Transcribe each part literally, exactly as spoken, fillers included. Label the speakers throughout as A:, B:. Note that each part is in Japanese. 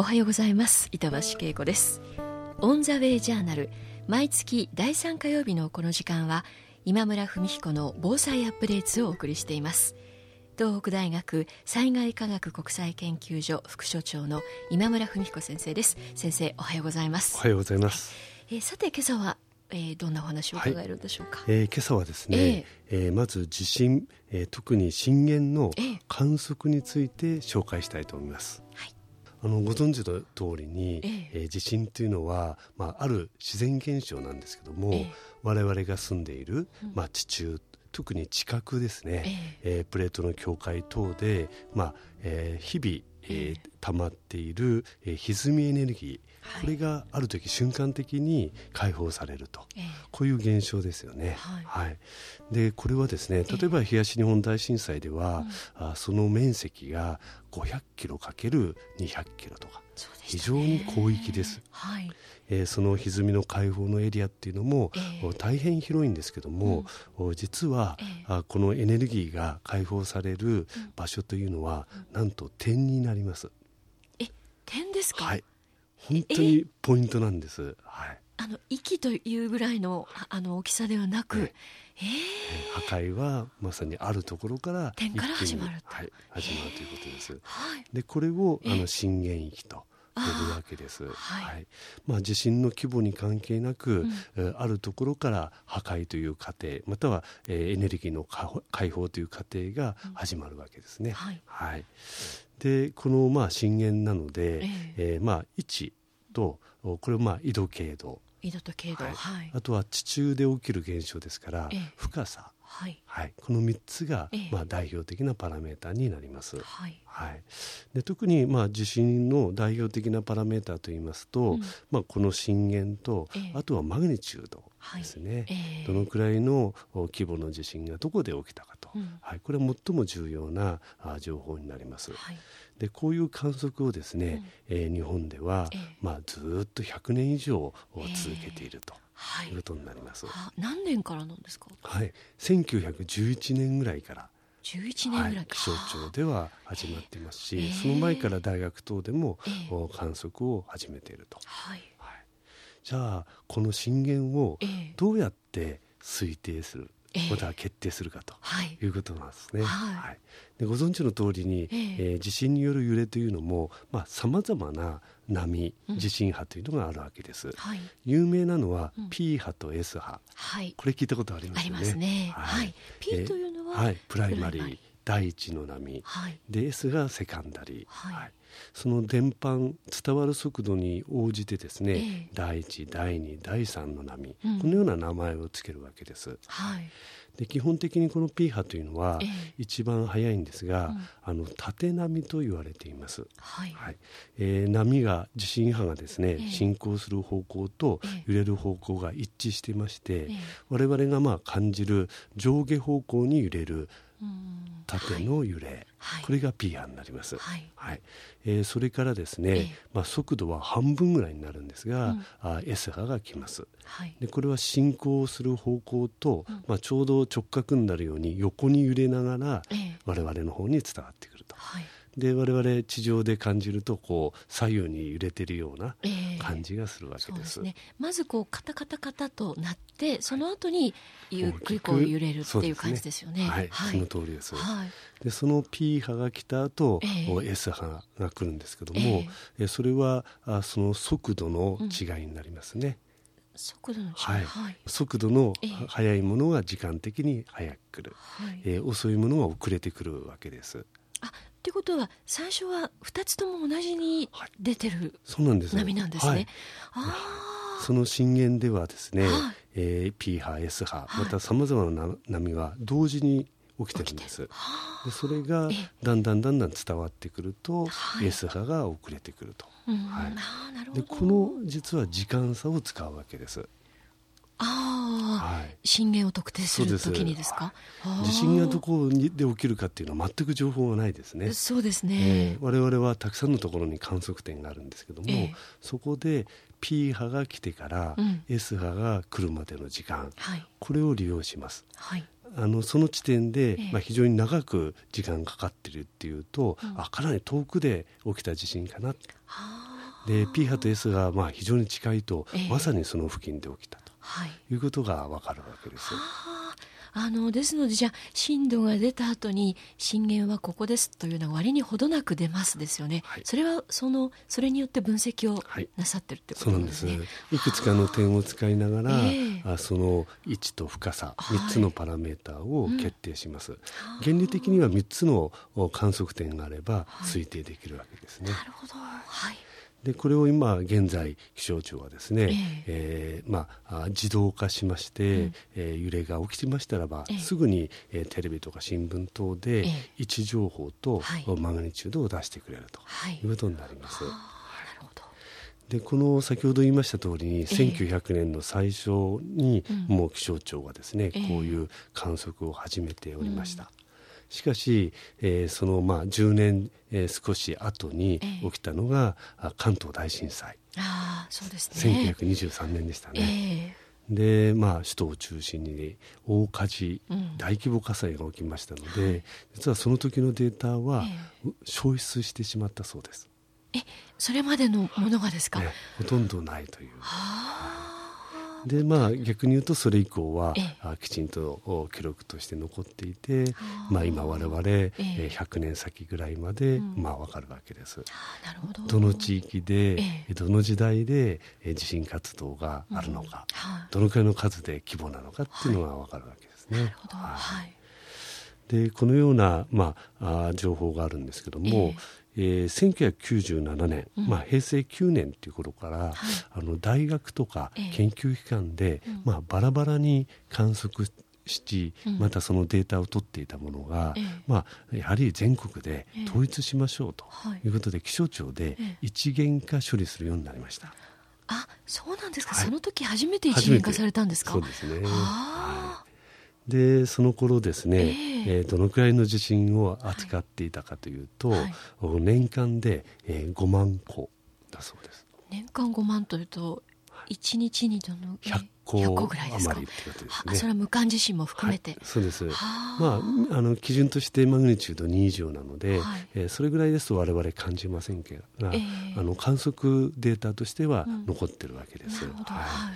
A: おはようございます。板橋恵子です。オンザウェイジャーナル、毎月だいさん火曜日のこの時間は今村文彦の防災アップデートをお送りしています。東北大学災害科学国際研究所副所長の今村文彦先生です。先生、おはようございます。
B: おはようございます。
A: えー、さて今朝は、えー、どんなお話を伺えるでしょうか。
B: はい、えー、今朝はですね、えーえー、まず地震、えー、特に震源の観測について紹介したいと思います。はい、あのご存知の通りに、えーえー、地震というのは、まあ、ある自然現象なんですけども、えー、我々が住んでいる、まあ、地中、特に地殻ですね、えーえー、プレートの境界等で、まあえー、日々、えー、溜まっている、えー、歪みエネルギー、これがある時瞬間的に解放されると、えー、こういう現象ですよね。はいはい、でこれはですね、例えば東日本大震災では、えー、あその面積がごひゃくキロかけるにひゃくキロとか、非常に広域です。はい、えー、その歪みの解放のエリアっていうのも、えー、大変広いんですけども、うん、実は、えー、このエネルギーが解放される場所というのは、うん、なんと点になります。
A: え、点ですか。
B: はい、本当にポイントなんです。はい、
A: あの息というぐらいの、あの大きさではなく、えー
B: えー、破壊はまさにあるところから
A: 点から始まると、
B: はい、始まるということです。はい、でこれをあの震源域と呼ぶわけです。はいはい、まあ、地震の規模に関係なく、うん、あるところから破壊という過程、または、えー、エネルギーの解放という過程が始まるわけですね。うん、はいはい、でこの、まあ、震源なので、えーえーまあ、位置とこれを、まあ、緯度経度、
A: 緯度と経度、はいはい、
B: あとは地中で起きる現象ですから、えー、深さ、はいはい、このみっつが、えーまあ、代表的なパラメータになります。はいはい、で特に、まあ、地震の代表的なパラメータといいますと、うんまあ、この震源と、えー、あとはマグニチュードですね、はいえー、どのくらいの規模の地震がどこで起きたかと、うんはい、これは最も重要な情報になります。はい、でこういう観測をですね、うんえー、日本では、えーまあ、ずっとひゃくねん以上続けていると、えー、いうことになります。
A: はい、何年からなんですか。
B: はい、せんきゅうひゃくじゅういちねんぐらいから
A: じゅういちねんぐらい、はい、
B: 気象庁では始まっていますし、えー、その前から大学等でも、えー、観測を始めていると、はいはい、じゃあこの震源をどうやって推定する、えー、または決定するかということなんですね。はいはい、でご存知の通りに、えーえー、地震による揺れというのもさまざ、まな波、地震波というのがあるわけです。うんはい、有名なのは P 波と S 波、はい、これ聞いたことありますよね。
A: ありますね。はいはい、P というのは、
B: はい、プライマリー、第一の波、はい、で S がセカンダリー、はいはい、その伝播伝わる速度に応じてですね、えー、第一、第二、第三の波、うん、このような名前をつけるわけです。はい、で基本的にこの P 波というのは、えー、一番速いんですが、うん、あの縦波と言われています。はいはいえー、波が地震波がですね、えー、進行する方向と揺れる方向が一致していまして、えー、我々がまあ感じる上下方向に揺れる縦の揺れ、はい、これが P 波になります。はいはいえー、それからですね、えーまあ、速度は半分ぐらいになるんですが、うん、あ S 波が来ます。はい、でこれは進行する方向と、うんまあ、ちょうど直角になるように横に揺れながら、えー、我々の方に伝わってくると。はいで我々地上で感じるとこう左右に揺れているような感じがするわけです。えー、そうですね、
A: まずこうカタカタカタとなってその後にゆっくりこう揺れるっていう感じですよね。
B: はい、はい、その通りです。はい、でその P 波が来た後、えー、S 波が来るんですけども、えー、それはあその速度の違いになりますね。
A: うん、速度の違い、
B: はいはい、速度の速いものが時間的に速く来る、はいえー、遅いものが遅れてくるわけです。
A: あということは最初はふたつとも同じに出てる波なんですね。はい、
B: あその震源ではですね、はいえー、P 波 S 波、はい、またさまざまな波は同時に起きてるんです。でそれがだんだんだんだん伝わってくると、はい、S 波が遅れてくると、はい、あなるほど。でこの実は時間差を使うわけです。
A: ああ、はい、震源を特定するときにですか。
B: はい、地震がどこで起きるかっていうのは全く情報がないですね。
A: そうですね、
B: えー、我々はたくさんのところに観測点があるんですけども、えー、そこで P 波が来てから、うん、S 波が来るまでの時間、はい、これを利用します。はいあのその地点で、えーまあ、非常に長く時間かかっているっていうと、うん、あかなり遠くで起きた地震かな、はで P 波と S がまあ非常に近いと、
A: えー、
B: まさにその付近で起きたということが分かるわけです。
A: あのですので、じゃあ震度が出た後に震源はここですというのは割にほどなく出ますですよね、はい、それはそのそれによって分析をなさってるってことなんですね、
B: はい、そうなんです。いくつかの点を使いながら、えー、その位置と深さ、みっつのパラメーターを決定します、はい、うん、原理的にはみっつの観測点があれば推定できるわけですね、
A: はい、なるほど、はい。
B: でこれを今現在気象庁はですね、えーえーまあ、自動化しまして、うん、えー、揺れが起きましたらば、えー、すぐに、えー、テレビとか新聞等で、えー、位置情報と、はい、マグニチュードを出してくれるということになります、はい、なるほど。でこの先ほど言いました通りに、えー、せんきゅうひゃくねんの最初に、うん、もう気象庁はですね、えー、こういう観測を始めておりました、うん。しかし、えー、そのまあじゅうねん、えー、少し後に起きたのが、えー、関東大震災、
A: あ、そうですね、
B: せんきゅうひゃくにじゅうさんねんでしたね、えー、で、まあ、首都を中心に大火事、うん、大規模火災が起きましたので、はい、実はその時のデータは、えー、消失してしまったそうです。
A: え、それまでのものがですか、
B: ね、ほとんどないという。でまあ、逆に言うとそれ以降はあきちんと記録として残っていて、まあ、今我々ひゃくねん先ぐらいまで、うん、まあ、分かるわけです。
A: なるほど。
B: どの地域で、えどの時代で地震活動があるのか、うん、はい、どのくらいの数で規模なのかっていうのが分かるわけですね、はい、なるほど、はい、でこのような、まあ、あ情報があるんですけども、えーえー、せんきゅうひゃくきゅうじゅうななねん、うん、まあ、へいせいきゅうねんという頃から、はい、あの大学とか研究機関で、えーまあ、バラバラに観測し、うん、またそのデータを取っていたものが、えーまあ、やはり全国で統一しましょうということで、えー、気象庁で一元化処理するようになりました。
A: あ、そうなんですか、はい、その時初めて一元化されたんですか。
B: そうですね、はい、でその頃ですね、えーえー、どのくらいの地震を扱っていたかというと、はい、年間で、えー、ごまんこだそうです。
A: 年間ごまんというといちにちにどの
B: ひゃっこ
A: ぐらいですか。
B: 余りってことですね。
A: あ、それは無感地震も含めて、
B: はい、そうです。まあ、あの基準としてマグニチュードに以上なので、はい、えー、それぐらいですと我々感じませんけど、えー、あの観測データとしては残ってるわけです、うん、なるほど、はい、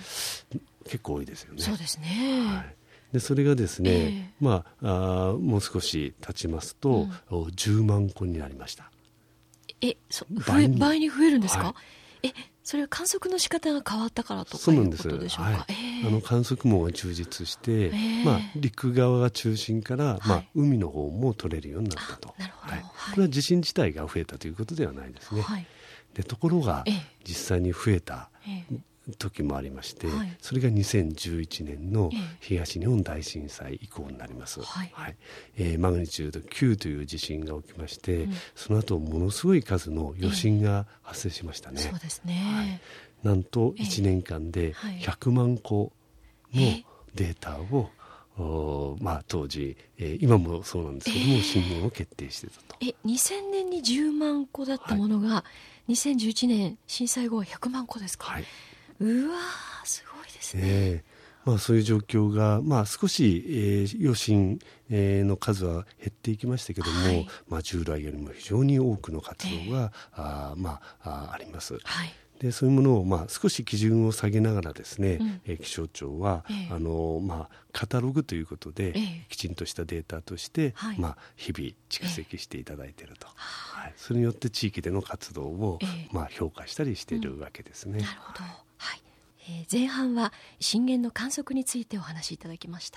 B: 結構多いですよね。
A: そうですね、
B: はい、でそれがですね、えーまあ、あもう少し経ちますと、うん、じゅうまんこになりました。
A: えそ倍に、倍に増えるんですか、はい、えそれは観測の仕方が変わったからとかいうことでしょうか。
B: はい、えー、あの観測網が充実して、えーまあ、陸側が中心から、はい、まあ、海の方も取れるようになったと。なるほど、はい、これは地震自体が増えたということではないですね、はい、でところが、えー、実際に増えた、えー時もありまして、はい、それがにせんじゅういちねんの東日本大震災以降になります、はいはい、えー、マグニチュードきゅうという地震が起きまして、うん、その後ものすごい数の余震が発生しましたね、
A: えー、そうですね、
B: はい、なんといちねんかんでひゃくまんこのデータを、えーまあ、当時、えー、今もそうなんですけども、えー、震源を決定してたと。
A: えにせんねんにじゅうまんこだったものが、はい、にせんじゅういちねん震災後はひゃくまんこですか。はい、うわーすごいですね、え
B: ーまあ、そういう状況が、まあ、少し、えー、余震、えー、の数は減っていきましたけども、はい、まあ、従来よりも非常に多くの活動が、えーあまあ、あ, あります、はい、でそういうものを、まあ、少し基準を下げながらですね、うんえー、気象庁は、えーあのまあ、カタログということで、えー、きちんとしたデータとして、はいまあ、日々蓄積していただいていると、えーはい、それによって地域での活動を、えーまあ、評価したりしているわけですね、
A: うん、なるほど、はい、えー、前半は震源の観測についてお話しいただきました。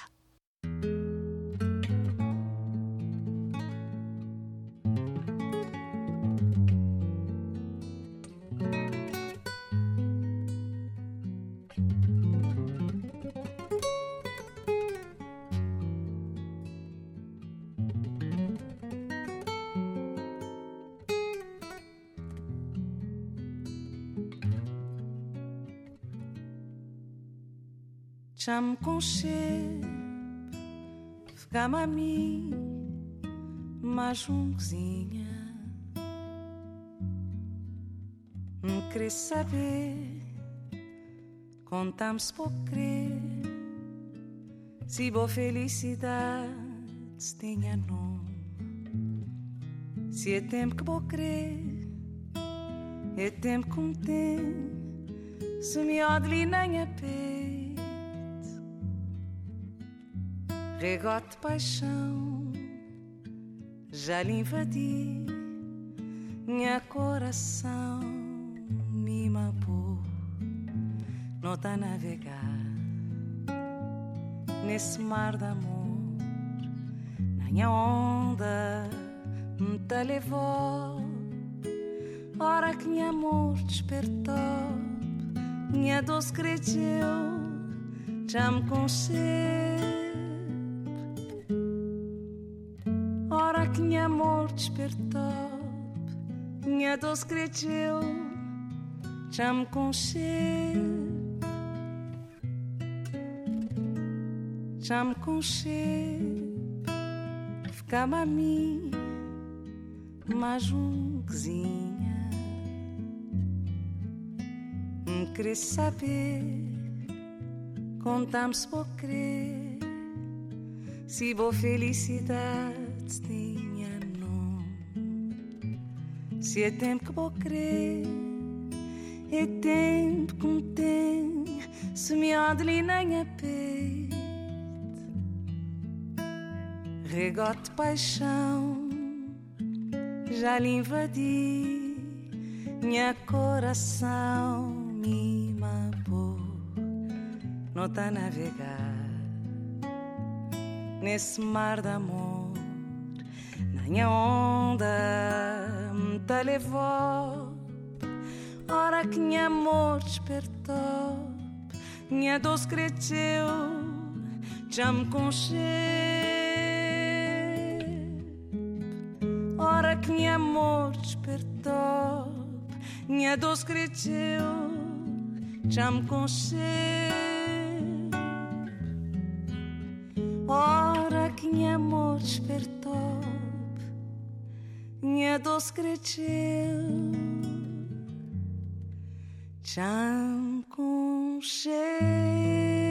C: Chame conchego, fica-me a mim mais um cozinha. Me querer saber, contar-me se pode crer, se boa felicidade se tenha nome. Se é tempo que vou crer, é tempo como tem, se me odli nem a peito, regote de paixão, já lhe invadi, minha coração, me mapou, não tá a navegar nesse mar de amor, nem a onda me te levou. Hora que minha amor despertou, minha doce cresceu, já me concebe. Hora que minha amor despertou, minha doce cresceu, já me concebe. Já me concebe, ficava a mim mais um cozinha. Me querer saber, contar-me se vou querer, se vou felicidade tinha nome. Se é tempo que vou querer, é tempo que me tem, se me odli nem a peito, regote de paixão, já lhe invadi, minha coração me mapou, não tá a navegar nesse mar de amor, nem a onda me te levou. Hora que minha amor despertou, minha doce cresceu, já me concebe. Hora que minha amor despertou, minha doce cresceu, já me concebe. Hora que minha amor despertou, minha doce cresceu, já me concebe.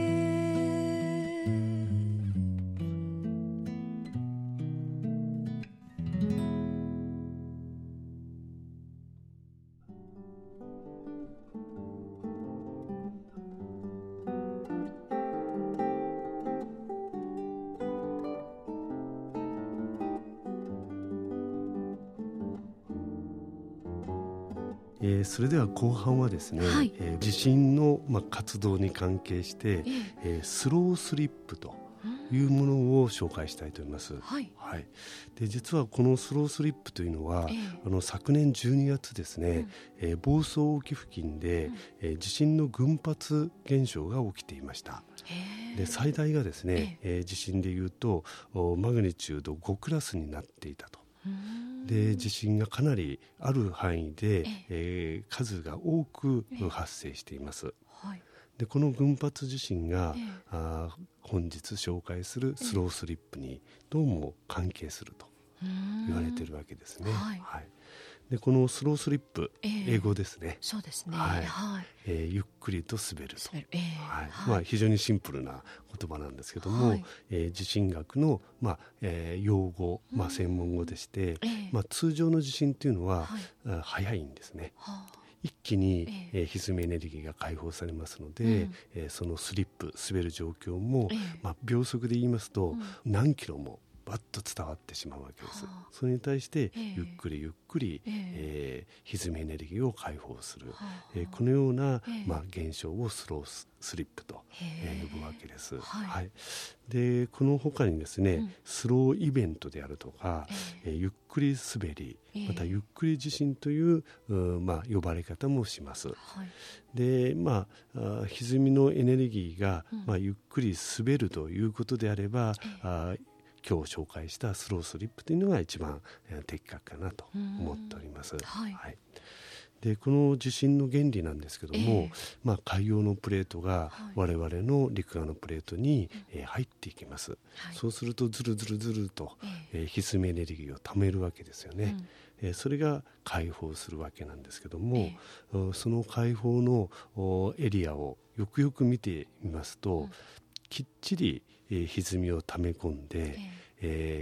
B: えー、それでは後半はですね、はい、えー、地震の、まあ、活動に関係して、えーえー、スロースリップというものを紹介したいと思います、はいはい、で実はこのスロースリップというのは、えー、あの昨年じゅうにがつですね、うんえー、房総沖付近で、うんえー、地震の群発現象が起きていました。で最大がですね、えーえー、地震でいうとマグニチュードごクラスになっていたと。で地震がかなりある範囲で、えー、数が多く発生しています、はい、でこの群発地震が、あ本日紹介するスロースリップにどうも関係すると言われているわけですね、はいはい、でこのスロースリップ、えー、英語ですね。
A: そうですね、
B: はい
A: はい
B: えー、ゆっくりと滑ると、
A: 滑る、えー
B: はいまあ、非常にシンプルな言葉なんですけども、はいえー、地震学の、まあえー、用語、まあ、専門語でして、うんえーまあ、通常の地震というのは、はい、早いんですね、はあ、一気に、えー、歪みエネルギーが解放されますので、うんえー、そのスリップ滑る状況も、えーまあ、秒速で言いますと、うん、何キロもバッと伝わってしまうわけです、はあ、それに対して、えー、ゆっくりゆっくり、えーえー、歪みエネルギーを解放する、はあえー、このような、えーまあ、現象をスロース、スリップと、えー、呼ぶわけです、はいはい、でこの他にですね、うん、スローイベントであるとか、えーえー、ゆっくり滑りまたゆっくり地震という、まあ、呼ばれ方もします、はい、でまあ歪みのエネルギーが、うんまあ、ゆっくり滑るということであれば、えー、あ今日紹介したスロースリップというのが一番、えー、的確かなと思っております、はいはい、でこの地震の原理なんですけども、えーまあ、海洋のプレートが我々の陸側のプレートに、えー、入っていきます、はい、そうするとズルズルズルと、えー、歪みエネルギーをためるわけですよね、うんえー、それが解放するわけなんですけども、えー、その解放のエリアをよくよく見てみますと、うん、きっちり、えー、歪みをため込んで、えーえー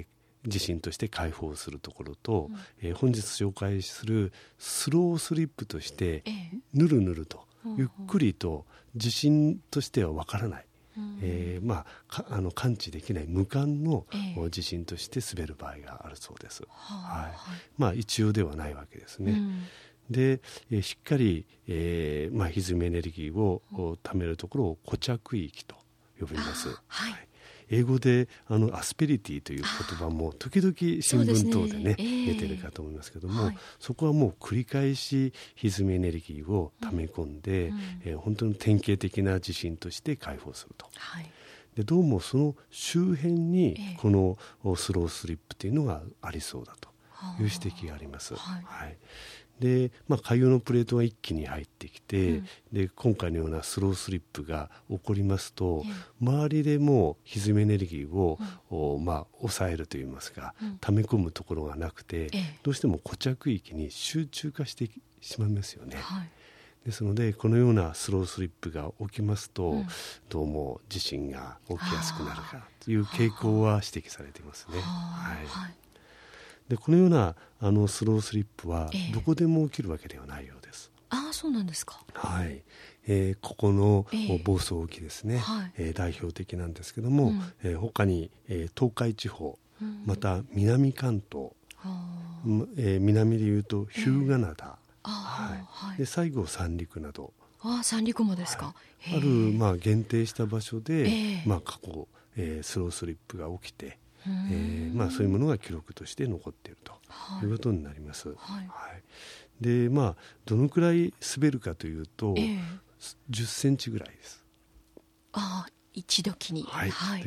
B: 地震として解放するところと、うんえー、本日紹介するスロースリップとしてぬるぬるとゆっくりと地震としてはわからない、うんえーまあ、あの感知できない無感の地震として滑る場合があるそうです、はいまあ、一応ではないわけですね、うんで、えー、しっかり、えーまあ、歪みエネルギーを貯めるところを固着域と呼びます、はいはい、英語であのアスペリティという言葉も時々新聞等でね、えー、出てるかと思いますけども、はい、そこはもう繰り返し歪みエネルギーを溜め込んで、うんえー、本当に典型的な地震として解放すると、はい、でどうもその周辺にこのスロースリップというのがありそうだという指摘があります、はいはいでまあ、海洋のプレートが一気に入ってきて、うん、で今回のようなスロースリップが起こりますと、うん、周りでも歪みエネルギーを、うんまあ、抑えるといいますか、うん、溜め込むところがなくて、ええ、どうしても固着域に集中化してしまいますよね、はい、ですのでこのようなスロースリップが起きますと、うん、どうも地震が起きやすくなるかという傾向は指摘されていますね。はいはいでこのようなあのスロースリップはどこでも起きるわけではないようです、
A: えー、ああそうなんですか、
B: はいえー、ここの房総沖ですね、えーはいえー、代表的なんですけども、うんえー、他に、えー、東海地方、うん、また南関東、うんえー、南でいうと日向灘、えーはいはい、で最後三陸など
A: あ三陸もですか、
B: はい、ある、まあ、限定した場所で、えーまあ、過去、えー、スロースリップが起きてえーまあ、そういうものが記録として残っているということになります、はいはい、でまあどのくらい滑るかというと、えー、じゅっセンチぐらいです。
A: ああ一時に、
B: はいはい、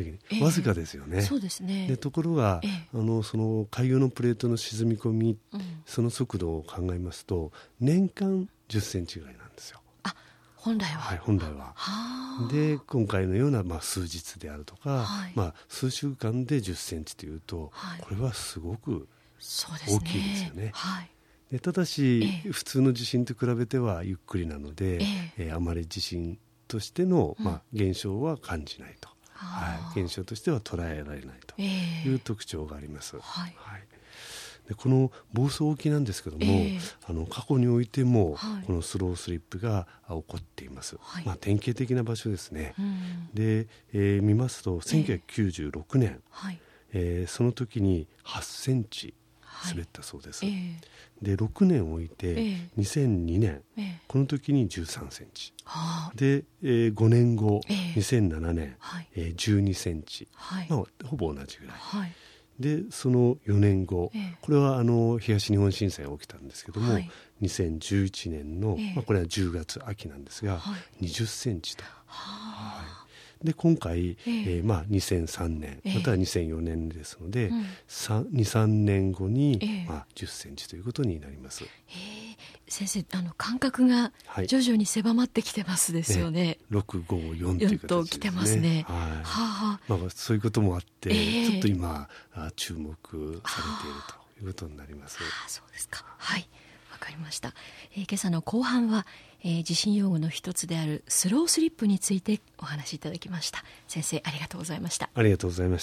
B: わずかですよね、
A: えー、そうですね。
B: でところが、えー、あのその海洋のプレートの沈み込み、うん、その速度を考えますと年間じゅっセンチぐらいなんですよ。
A: あ本来は、
B: はい、本来はで今回のような、まあ、数日であるとか、はいまあ、数週間でじゅっセンチというと、はい、これはすごく大きいですよね。ねはい、でただし、えー、普通の地震と比べてはゆっくりなので、えーえー、あまり地震としての、まあ、現象は感じないと、うんはい、現象としては捉えられないという特徴があります、えーはいはいでこの房総沖なんですけども、えー、あの過去においても、はい、このスロースリップが起こっています、はいまあ、典型的な場所ですね、うん、で、えー、見ますとせんきゅうひゃくきゅうじゅうろくねん、えーはいえー、その時にはちセンチ滑ったそうです、はいえー、でろくねん置いてにせんにねん、えー、この時にじゅうさんセンチ、はあ、で、えー、ごねんご、えー、にせんななねん、はいえー、じゅうにセンチ、はいまあ、ほぼ同じぐらい、はいでそのよねんご、ええ、これはあの東日本震災が起きたんですけども、はい、にせんじゅういちねんの、ええまあ、これはじゅうがつ秋なんですが、はい、にじゅっセンチと、はい、で今回、えええーまあ、にせんさんねん、ええ、またはにせんよねんですので、うん、に、さんねんごに、ええまあ、じゅっセンチということになります。
A: 先生あの感覚が徐々に狭まってきてますですよね、ね
B: ろくごよんという形ですね。と
A: 来てますね、
B: はいはあまあ、そういうこともあって、えー、ちょっと今注目されているということになります。
A: あそうですか。はいわかりました、えー、今朝の後半は、えー、地震用具の一つであるスロースリップについてお話しいただきました。先生ありがとうございました。
B: ありがとうございました。